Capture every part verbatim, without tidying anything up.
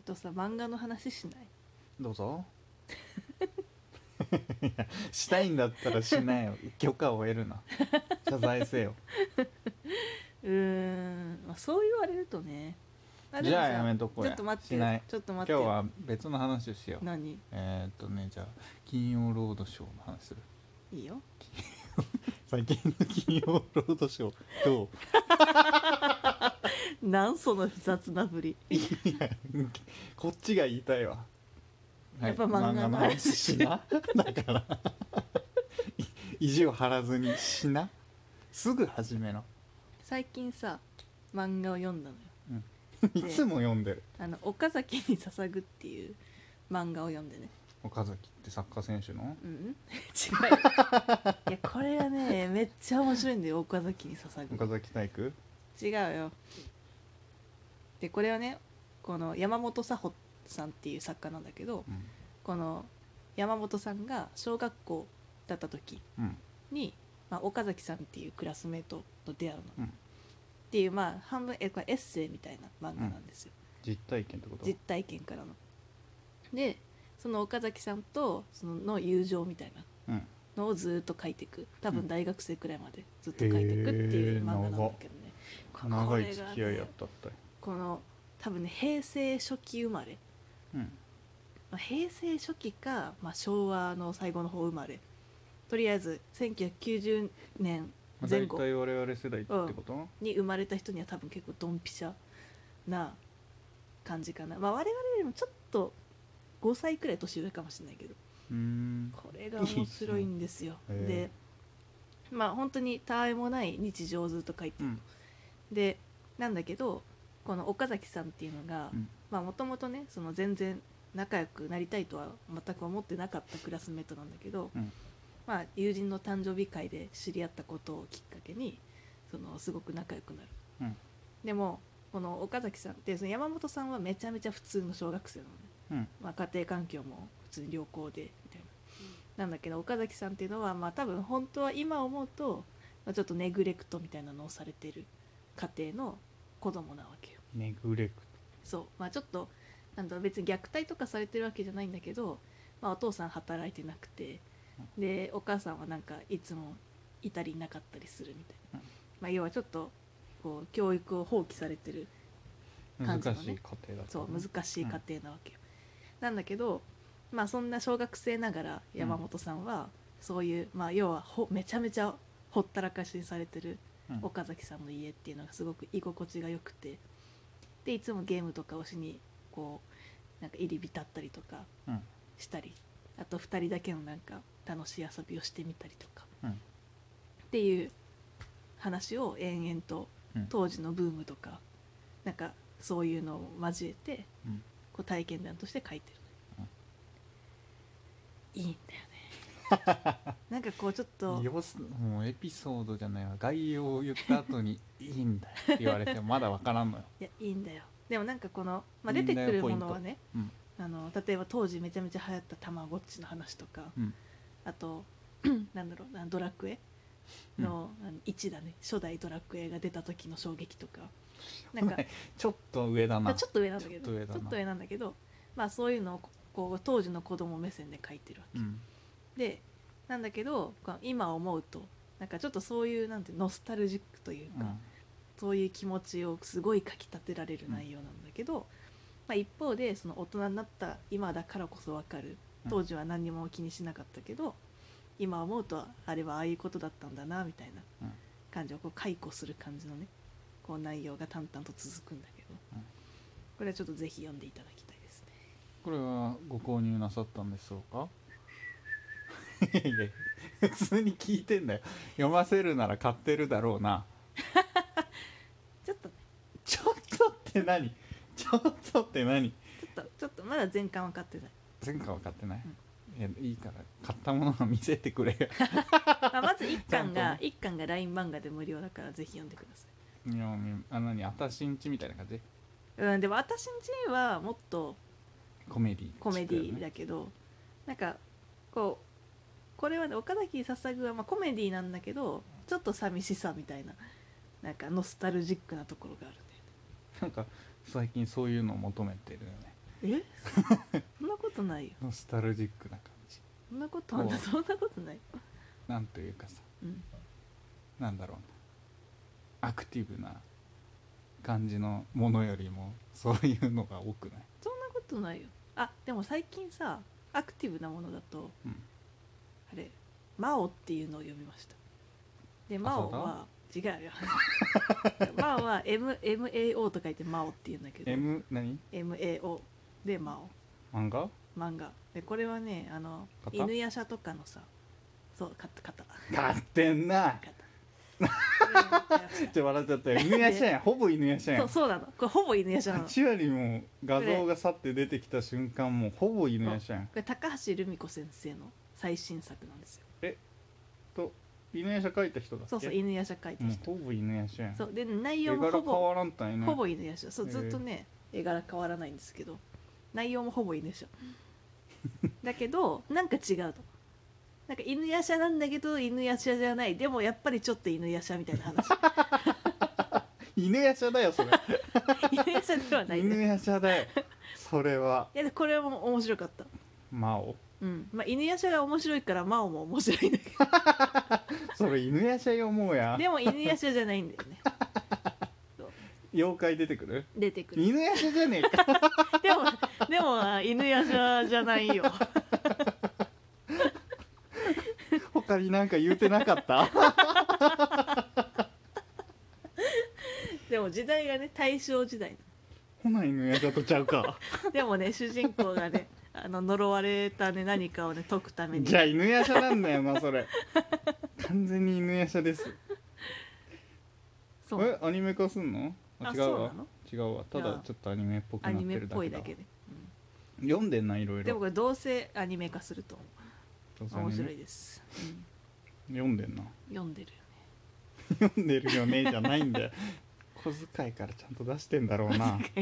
とさ漫画の話しない？ どうぞいやしたいんだったらしないよ許可を得るな謝罪せようーん、まあ、そう言われるとね。あじゃあやめとこうや。 ちょっと待ってしないちょっと待って今日は別の話をしよう。 何？ えー、っとねじゃあ金曜ロードショーの話する。 いいよ最近の金曜ロードショーどうなんその雑なふりいやこっちが言いたいわ、はい、 やっぱ漫画の話しなだから意地を張らずにしなすぐ始めろ。 最近さ漫画を読んだのよ。 いつも読んでる。 あの岡崎に捧ぐっていう漫画を読んでね。 岡崎ってサッカー選手のうん違ういやこれがねめっちゃ面白いんだよ。岡崎に捧ぐ岡崎体育違うよ。でこれはねこの山本佐穂さんっていう作家なんだけど、 うん、 この山本さんが小学校だった時うんに、まあ、岡崎さんっていうクラスメートと出会うの、 うん、 っていうまあ半分えこれエッセイみたいな漫画なんですよ、 うん、実体験ってこと？ 実体験からの。でその岡崎さんとそのの友情みたいなのをずっと書いていく。多分大学生くらいまでずっと書いていくっていう漫画なんだけどね。 うん、長い付き合いやったったい。 この多分ね平成初期生まれ、 うんまあ、平成初期か、まあ、昭和の最後の方生まれ、とりあえずせんきゅうひゃくきゅうじゅうねん前後大体我々世代ってこと、うん、 に生まれた人には多分結構ドンピシャな感じかな。まあ我々よりもちょっとごさいくらい年上かもしれないけど、 うーんこれが面白いんですよ。 いいでまあ本当にたわいもない日常をずっと書いてる、うん、でなんだけどこの岡崎さんっていうのがもともとねその全然仲良くなりたいとは全く思ってなかったクラスメートなんだけど、うん、まあ友人の誕生日会で知り合ったことをきっかけにそのすごく仲良くなる、うん、でもこの岡崎さんってその山本さんはめちゃめちゃ普通の小学生なのね、うんまあ、家庭環境も普通に良好でみたいな、うん、なんだけど岡崎さんっていうのはまあ多分本当は今思うと、まあ、ちょっとネグレクトみたいなのをされてる家庭の子供なわけよ。 ネグレクト、 そうまあちょっとなんだろう別に虐待とかされてるわけじゃないんだけど、まあ、お父さん働いてなくてでお母さんはなんかいつもいたりいなかったりするみたいな、まあ、要はちょっとこう教育を放棄されてる感じの、ね、 難しい家庭だった、ね、 そう難しい家庭なわけよ、うん、なんだけどまあそんな小学生ながら山本さんはそういう、まあ、要はほめちゃめちゃほったらかしにされてる岡崎さんの家っていうのがすごく居心地が良くて、でいつもゲームとかをしにこうなんか入り浸ったりとかしたり、うん、あとふたりだけのなんか楽しい遊びをしてみたりとか、うん、っていう話を延々と当時のブームとか、うん、なんかそういうのを交えて、うん、こう体験談として書いてる、うん、いいんだよねなんかこうちょっともうエピソードじゃないわ概要を言った後にいいんだよって言われてもまだ分からんのよいやいいんだよ。でもなんかこの、まあ、出てくるものはね、うん、あの例えば当時めちゃめちゃ流行ったたまごっちの話とか、うん、あとなんだろうドラクエのいちだね、初代ドラクエが出た時の衝撃とかなんかちょっと上だなちょっと上なんだけどちょっと 上, ちょっと上なんだけどまあそういうのをこう当時の子供目線で書いてるわけ、うん、でなんだけど今思うとなんかちょっとそういうなんてノスタルジックというか、うん、そういう気持ちをすごい書き立てられる内容なんだけど、うんまあ、一方でその大人になった今だからこそ分かる当時は何にも気にしなかったけど、うん、今思うとあれはああいうことだったんだなみたいな感じをこう解雇する感じのねこう内容が淡々と続くんだけど、うん、これはちょっとぜひ読んでいただきたいですね。 これはご購入なさったんでしょうかいやいや普通に聞いてんだよ。読ませるなら買ってるだろうなちょっとねちょっとって何ちょっとって何ちょっとちょっとまだ全巻は買ってない。 全巻は買ってない、うん、いやいいから買ったものは見せてくれよまあまずいっかんがいっかんが ライン 漫画で無料だからぜひ読んでください。 いやあ何あたしんちみたいな感じ。 うんでも私んちはもっとコメディ、ね、 コメディだけどなんかこうこれはね岡崎捧はまあコメディなんだけどちょっと寂しさみたいななんかノスタルジックなところがあるんだよね。 なんか最近そういうのを求めてるよね。 えそんなことないよ。 ノスタルジックな感じ。 そんなことあんなそんなことないよ。 なんというかさ、 うん、 なんだろうな、アクティブな感じのものよりもそういうのが多くない？ そんなことないよ。あ、でも最近さアクティブなものだと、 うん、 あれマオっていうのを読みました。でマオは違うよマオは M MAO と書いてマオっていうんだけど M 何エムエーオー でマオ漫画漫画で、これはねあの型犬夜叉とかのさ、そう買った買った買ってんなちょ笑っちゃったよ。犬夜叉やんほぼ犬夜叉やん。 そうそうなの、これほぼ犬夜叉なの。 はち割も画像が去って出てきた瞬間もうほぼ犬夜叉やん。 これ高橋留美子先生の最新作なんですよ。 えと犬夜叉描いた人だっけ？ そうそう犬夜叉描いたもう人。 ほぼ犬夜叉やん。 そうで内容絵もほぼ柄変わらんたいね。 ほぼ犬夜叉。そうずっとね絵柄変わらないんですけど内容もほぼ犬夜叉だけどなんか違うと、なんか犬夜叉なんだけど犬夜叉じゃない、でもやっぱりちょっと犬夜叉みたいな話犬夜叉だよそれ犬夜叉ではない犬ね。 夜叉だよそれは。 いやこれも面白かった。 マオうんまあ、犬夜叉が面白いからマオも面白いんだけそれ犬夜叉読もうやどでも犬夜叉じゃないんだよね妖怪出てくる？ 出てくる。 犬夜叉じゃねえかでもでも犬夜叉じゃないよ他になんか言うてなかったでも時代がね大正時代ほな犬夜叉とちゃうかでもね主人公がねあの呪われたね何かをね解くためにじゃあ犬夜叉なんだよなそれ完全に犬夜叉です。 そうえアニメ化すんの？ああ違うわそうなの。 違うわただちょっとアニメっぽくなアってるだけだ。 ニメっぽいだけで、 読んでんないろいろ。 うん、でもこれどうせアニメ化するとどうせアニメ面白いです、うん、 読んでんな読んでるよね読んでるよねじゃないんだよ小遣いからちゃんと出してんだろうなこ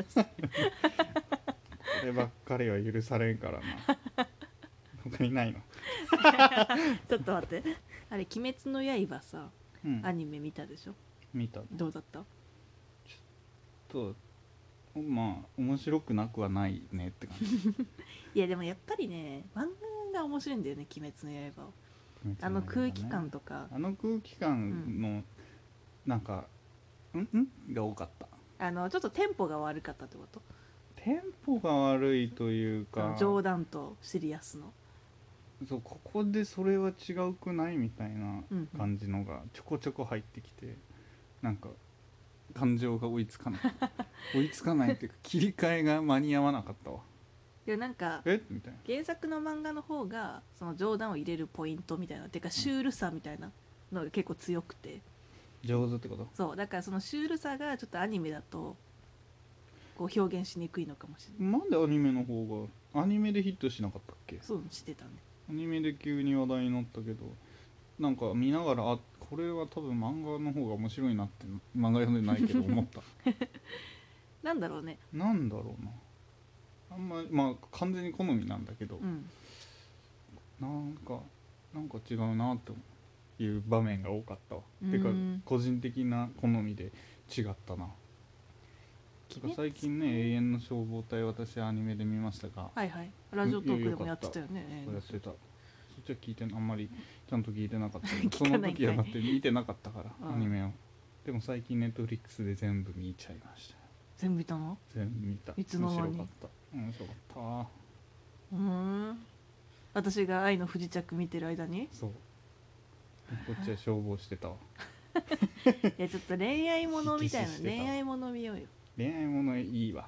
ればっかりは許されんからな他にないのちょっと待ってあれ「鬼滅の刃」さ、 うん、 アニメ見たでしょ？ 見た。 どうだった？ とまあ面白くなくはないねって感じいやでもやっぱりね漫画が面白いんだよね「鬼滅の刃」を。あの空気感とかあの空気感の、うん、なんかんんが多かった。 あのちょっとテンポが悪かったってこと？ テンポが悪いというか冗談とシリアスのそうここでそれは違うくないみたいな感じのがちょこちょこ入ってきて、なんか感情が追いつかない追いつかないっていうか切り替えが間に合わなかったわ。 いやなんかえみたいな原作の漫画の方がその冗談を入れるポイントみたいなてかシュールさみたいなのが結構強くて、 上手ってこと？ そうだからそのシュールさがちょっとアニメだとこう表現しにくいのかもしれない。 なんでアニメの方がアニメでヒットしなかったっけ？ そうしてたね。 アニメで急に話題になったけどなんか見ながらあこれは多分漫画の方が面白いなって漫画読んでないけど思ったなんだろうね。 なんだろうなあんまりまあ完全に好みなんだけど、 うん、 なんかなんか違うなっていう場面が多かったわ。てか個人的な好みで違ったな。最近ね永遠の消防隊私アニメで見ましたが、 はいはい、ラジオトークでもやってたよね。 やってた。そっちは聞いてあんまりちゃんと聞いてなかったけどその時はだって見てなかったからアニメを。でも最近ネットフリックスで全部見ちゃいました。 全部見たの？ 全部見た。 いつの間に？ 面白かった面白かった。 うーん私が愛の不時着見てる間にそうこっちは消防してたわいやちょっと恋愛ものみたいな恋愛もの見ようよ。 恋愛ものいいわ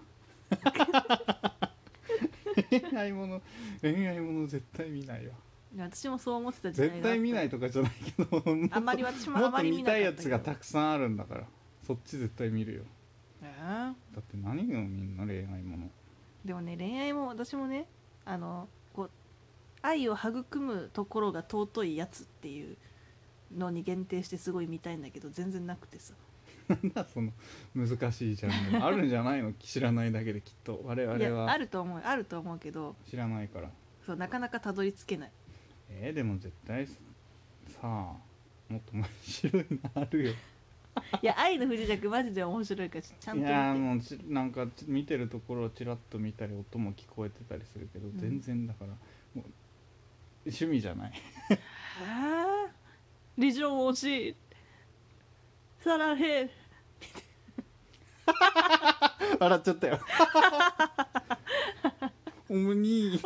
恋愛もの恋愛もの絶対見ないわ。 私もそう思ってた時代があった。 絶対見ないとかじゃないけどあんまり私もあまり見なかったけどもっと見たいやつがたくさんあるんだからそっち絶対見るよ。 えー、 だって何を見んの恋愛もの。 でもね恋愛も私もねあのこう愛を育むところが尊いやつっていうのに限定してすごい見たいんだけど全然なくてさ。 なんだその難しいじゃんあるんじゃないの知らないだけできっと我々はいやあると思うあると思うけど知らないからそうなかなかたどり着けない。 えー、でも絶対さあもっと面白いのあるよ。 いや愛の不時着マジで面白いからちゃんと見て。 いやもうちなんか見てるところをちらっと見たり音も聞こえてたりするけど、うん、全然だからもう趣味じゃない。 はあリジョン惜しいサラヘ笑っちゃったよおむに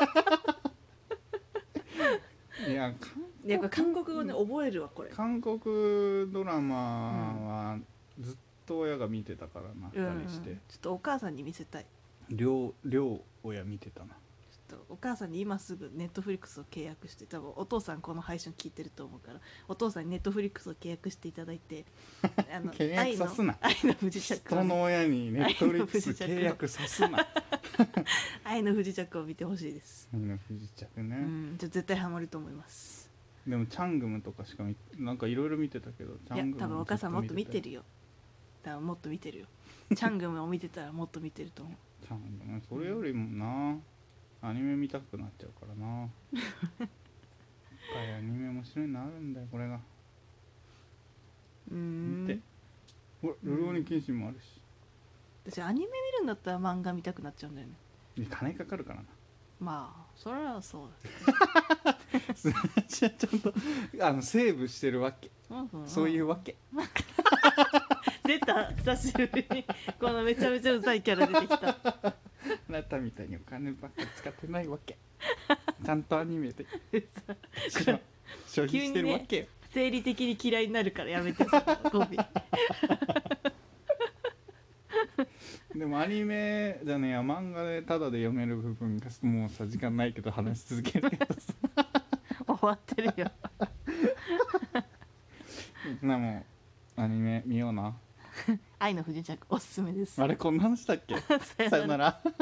いやいやこれ韓国語ね覚えるわこれ。 韓国ドラマはずっと親が見てたからな、うん、ふたりして、 ちょっとお母さんに見せたい。 両両親見てたな。 ちょっとお母さんに今すぐネットフリックスを契約して、多分お父さんこの配信聞いてると思うからお父さんにネットフリックスを契約していただいてあの契約さすな。 愛の不時着、 人の親にネットフリックス契約さすな愛の不時着を見てほしいです。 愛の不時着ね、 うん、じゃ絶対ハマると思います。 でもチャングムとかしかなんかいろいろ見てたけど、チャングムいや多分お母さんもっと見てるよ。多分もっと見てるよチャングムを見てたらもっと見てると思う。 チャングムそれよりもな、アニメ見たくなっちゃうからなアニメ面白いのあるんだよこれが。 うーん見てほらルローニケンシンもあるし。 私アニメ見るんだったら漫画見たくなっちゃうんだよね。 金かかるからな。 まあそれはそうだちゃんとあのセーブしてるわけ、うんうんうん、そういうわけ出た久しぶりにこのめちゃめちゃうざいキャラ出てきたあなたみたいにお金ばっか使ってないわけちゃんとアニメで消費してるわけよ、ね、 生理的に嫌いになるからやめてさ語尾でもアニメじゃねえや漫画でタダで読める部分がもうさ時間ないけど話し続けるけどさ終わってるよなもうアニメ見ような愛の不時着おすすめです。 あれこんな話だっけさよなら